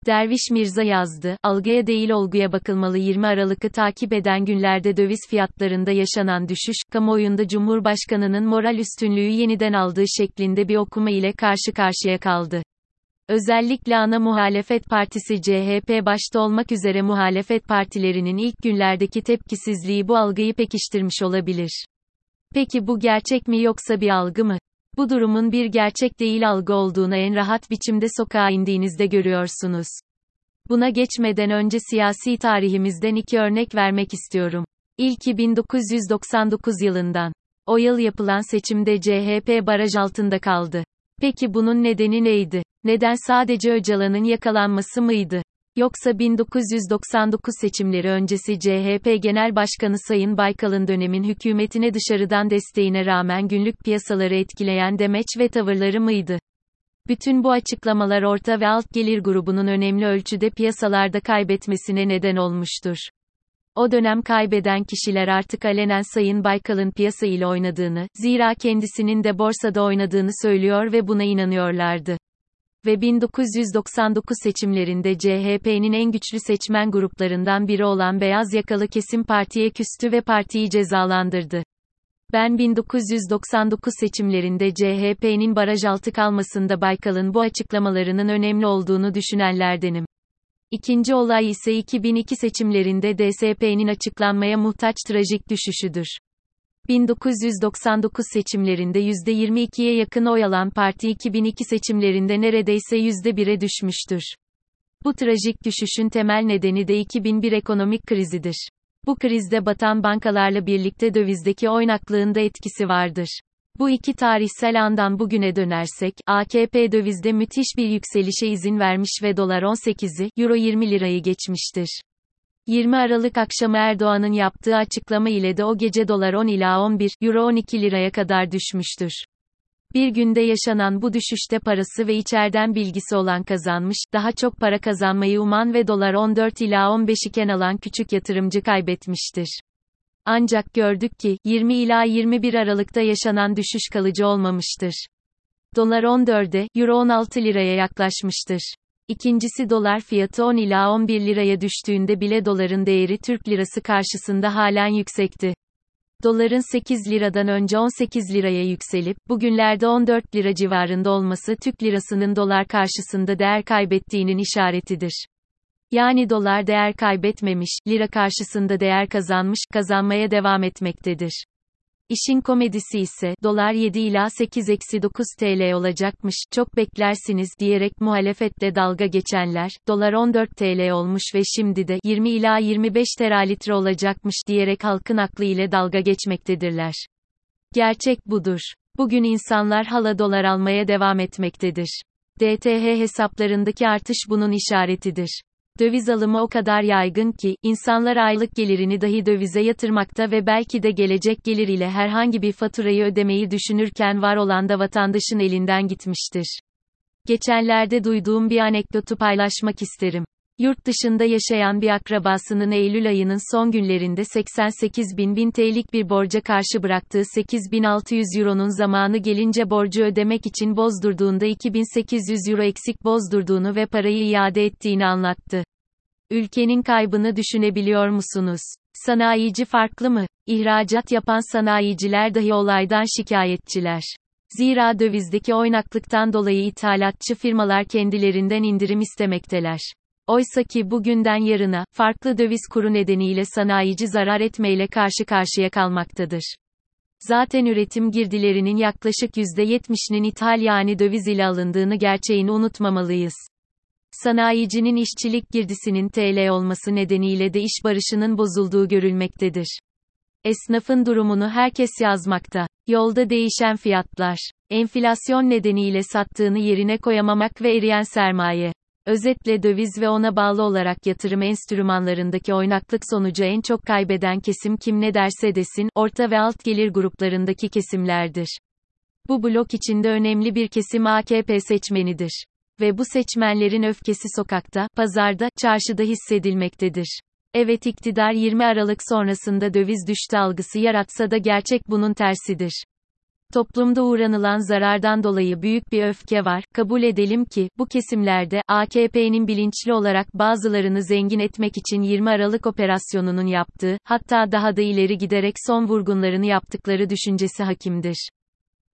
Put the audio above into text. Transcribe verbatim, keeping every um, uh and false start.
Derviş Mirza yazdı, algıya değil olguya bakılmalı. yirmi Aralık'ı takip eden günlerde döviz fiyatlarında yaşanan düşüş, kamuoyunda Cumhurbaşkanının moral üstünlüğü yeniden aldığı şeklinde bir okuma ile karşı karşıya kaldı. Özellikle ana muhalefet partisi C H P başta olmak üzere muhalefet partilerinin ilk günlerdeki tepkisizliği bu algıyı pekiştirmiş olabilir. Peki bu gerçek mi yoksa bir algı mı? Bu durumun bir gerçek değil algı olduğunu en rahat biçimde sokağa indiğinizde görüyorsunuz. Buna geçmeden önce siyasi tarihimizden iki örnek vermek istiyorum. İlki bin dokuz yüz doksan dokuz yılından. O yıl yapılan seçimde C H P baraj altında kaldı. Peki bunun nedeni neydi? Neden sadece Öcalan'ın yakalanması mıydı? Yoksa bin dokuz yüz doksan dokuz seçimleri öncesi C H P Genel Başkanı Sayın Baykal'ın dönemin hükümetine dışarıdan desteğine rağmen günlük piyasaları etkileyen demeç ve tavırları mıydı? Bütün bu açıklamalar orta ve alt gelir grubunun önemli ölçüde piyasalarda kaybetmesine neden olmuştur. O dönem kaybeden kişiler artık alenen Sayın Baykal'ın piyasa ile oynadığını, zira kendisinin de borsada oynadığını söylüyor ve buna inanıyorlardı. Ve bin dokuz yüz doksan dokuz seçimlerinde C H P'nin en güçlü seçmen gruplarından biri olan beyaz yakalı kesim partiye küstü ve partiyi cezalandırdı. Ben bin dokuz yüz doksan dokuz seçimlerinde C H P'nin baraj altı kalmasında Baykal'ın bu açıklamalarının önemli olduğunu düşünenlerdenim. İkinci olay ise iki bin iki seçimlerinde D S P'nin açıklanmaya muhtaç trajik düşüşüdür. bin dokuz yüz doksan dokuz seçimlerinde yüzde yirmi ikiye yakın oy alan parti iki bin iki seçimlerinde neredeyse yüzde bire düşmüştür. Bu trajik düşüşün temel nedeni de iki bin bir ekonomik krizidir. Bu krizde batan bankalarla birlikte dövizdeki oynaklığın da etkisi vardır. Bu iki tarihsel andan bugüne dönersek, A K P dövizde müthiş bir yükselişe izin vermiş ve dolar on sekizi, euro yirmi lirayı geçmiştir. yirmi Aralık akşamı Erdoğan'ın yaptığı açıklama ile de o gece dolar on ila on bir, euro on iki liraya kadar düşmüştür. Bir günde yaşanan bu düşüşte parası ve içeriden bilgisi olan kazanmış, daha çok para kazanmayı uman ve dolar on dört ila on beş iken alan küçük yatırımcı kaybetmiştir. Ancak gördük ki, yirmi ila yirmi bir Aralık'ta yaşanan düşüş kalıcı olmamıştır. Dolar on dörde, euro on altı liraya yaklaşmıştır. İkincisi dolar fiyatı on ila on bir liraya düştüğünde bile doların değeri Türk lirası karşısında halen yüksekti. Doların sekiz liradan önce on sekiz liraya yükselip, bugünlerde on dört lira civarında olması Türk lirasının dolar karşısında değer kaybettiğinin işaretidir. Yani dolar değer kaybetmemiş, lira karşısında değer kazanmış, kazanmaya devam etmektedir. İşin komedisi ise, dolar yedi ila sekiz dokuz TL olacakmış, çok beklersiniz diyerek muhalefetle dalga geçenler, dolar on dört TL olmuş ve şimdi de yirmi ila yirmi beş teralitre olacakmış diyerek halkın aklı ile dalga geçmektedirler. Gerçek budur. Bugün insanlar hala dolar almaya devam etmektedir. D T H hesaplarındaki artış bunun işaretidir. Döviz alımı o kadar yaygın ki, insanlar aylık gelirini dahi dövize yatırmakta ve belki de gelecek gelir ile herhangi bir faturayı ödemeyi düşünürken var olan da vatandaşın elinden gitmiştir. Geçenlerde duyduğum bir anekdotu paylaşmak isterim. Yurt dışında yaşayan bir akrabasının Eylül ayının son günlerinde seksen sekiz bin T L'lik bir borca karşı bıraktığı sekiz bin altı yüz euronun zamanı gelince borcu ödemek için bozdurduğunda iki bin sekiz yüz euro eksik bozdurduğunu ve parayı iade ettiğini anlattı. Ülkenin kaybını düşünebiliyor musunuz? Sanayici farklı mı? İhracat yapan sanayiciler dahi olaydan şikayetçiler. Zira dövizdeki oynaklıktan dolayı ithalatçı firmalar kendilerinden indirim istemekteler. Oysa ki bugünden yarına, farklı döviz kuru nedeniyle sanayici zarar etmeyle karşı karşıya kalmaktadır. Zaten üretim girdilerinin yaklaşık yüzde yetmişinin ithal yani döviz ile alındığını gerçeğini unutmamalıyız. Sanayicinin işçilik girdisinin T L olması nedeniyle de iş barışının bozulduğu görülmektedir. Esnafın durumunu herkes yazmakta. Yolda değişen fiyatlar, enflasyon nedeniyle sattığını yerine koyamamak ve eriyen sermaye. Özetle döviz ve ona bağlı olarak yatırım enstrümanlarındaki oynaklık sonucu en çok kaybeden kesim kim ne derse desin, orta ve alt gelir gruplarındaki kesimlerdir. Bu blok içinde önemli bir kesim A K P seçmenidir. Ve bu seçmenlerin öfkesi sokakta, pazarda, çarşıda hissedilmektedir. Evet iktidar yirmi Aralık sonrasında döviz düştü algısı yaratsa da gerçek bunun tersidir. Toplumda uğranılan zarardan dolayı büyük bir öfke var. Kabul edelim ki, bu kesimlerde, A K P'nin bilinçli olarak bazılarını zengin etmek için yirmi Aralık operasyonunun yaptığı, hatta daha da ileri giderek son vurgunlarını yaptıkları düşüncesi hakimdir.